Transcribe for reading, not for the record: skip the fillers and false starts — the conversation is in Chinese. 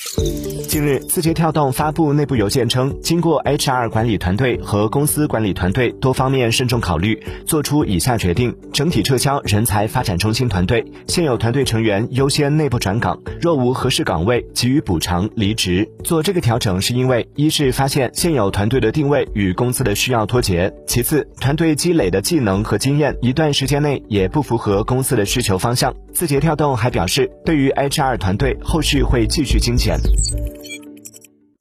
近日，字节跳动发布内部邮件称，经过 HR 管理团队和公司管理团队多方面慎重考虑，做出以下决定：整体撤销人才发展中心团队，现有团队成员优先内部转岗，若无合适岗位给予补偿离职。做这个调整是因为，一是发现现有团队的定位与公司的需要脱节，其次团队积累的技能和经验一段时间内也不符合公司的需求方向。字节跳动还表示，对于 HR 团队后续会继续精简。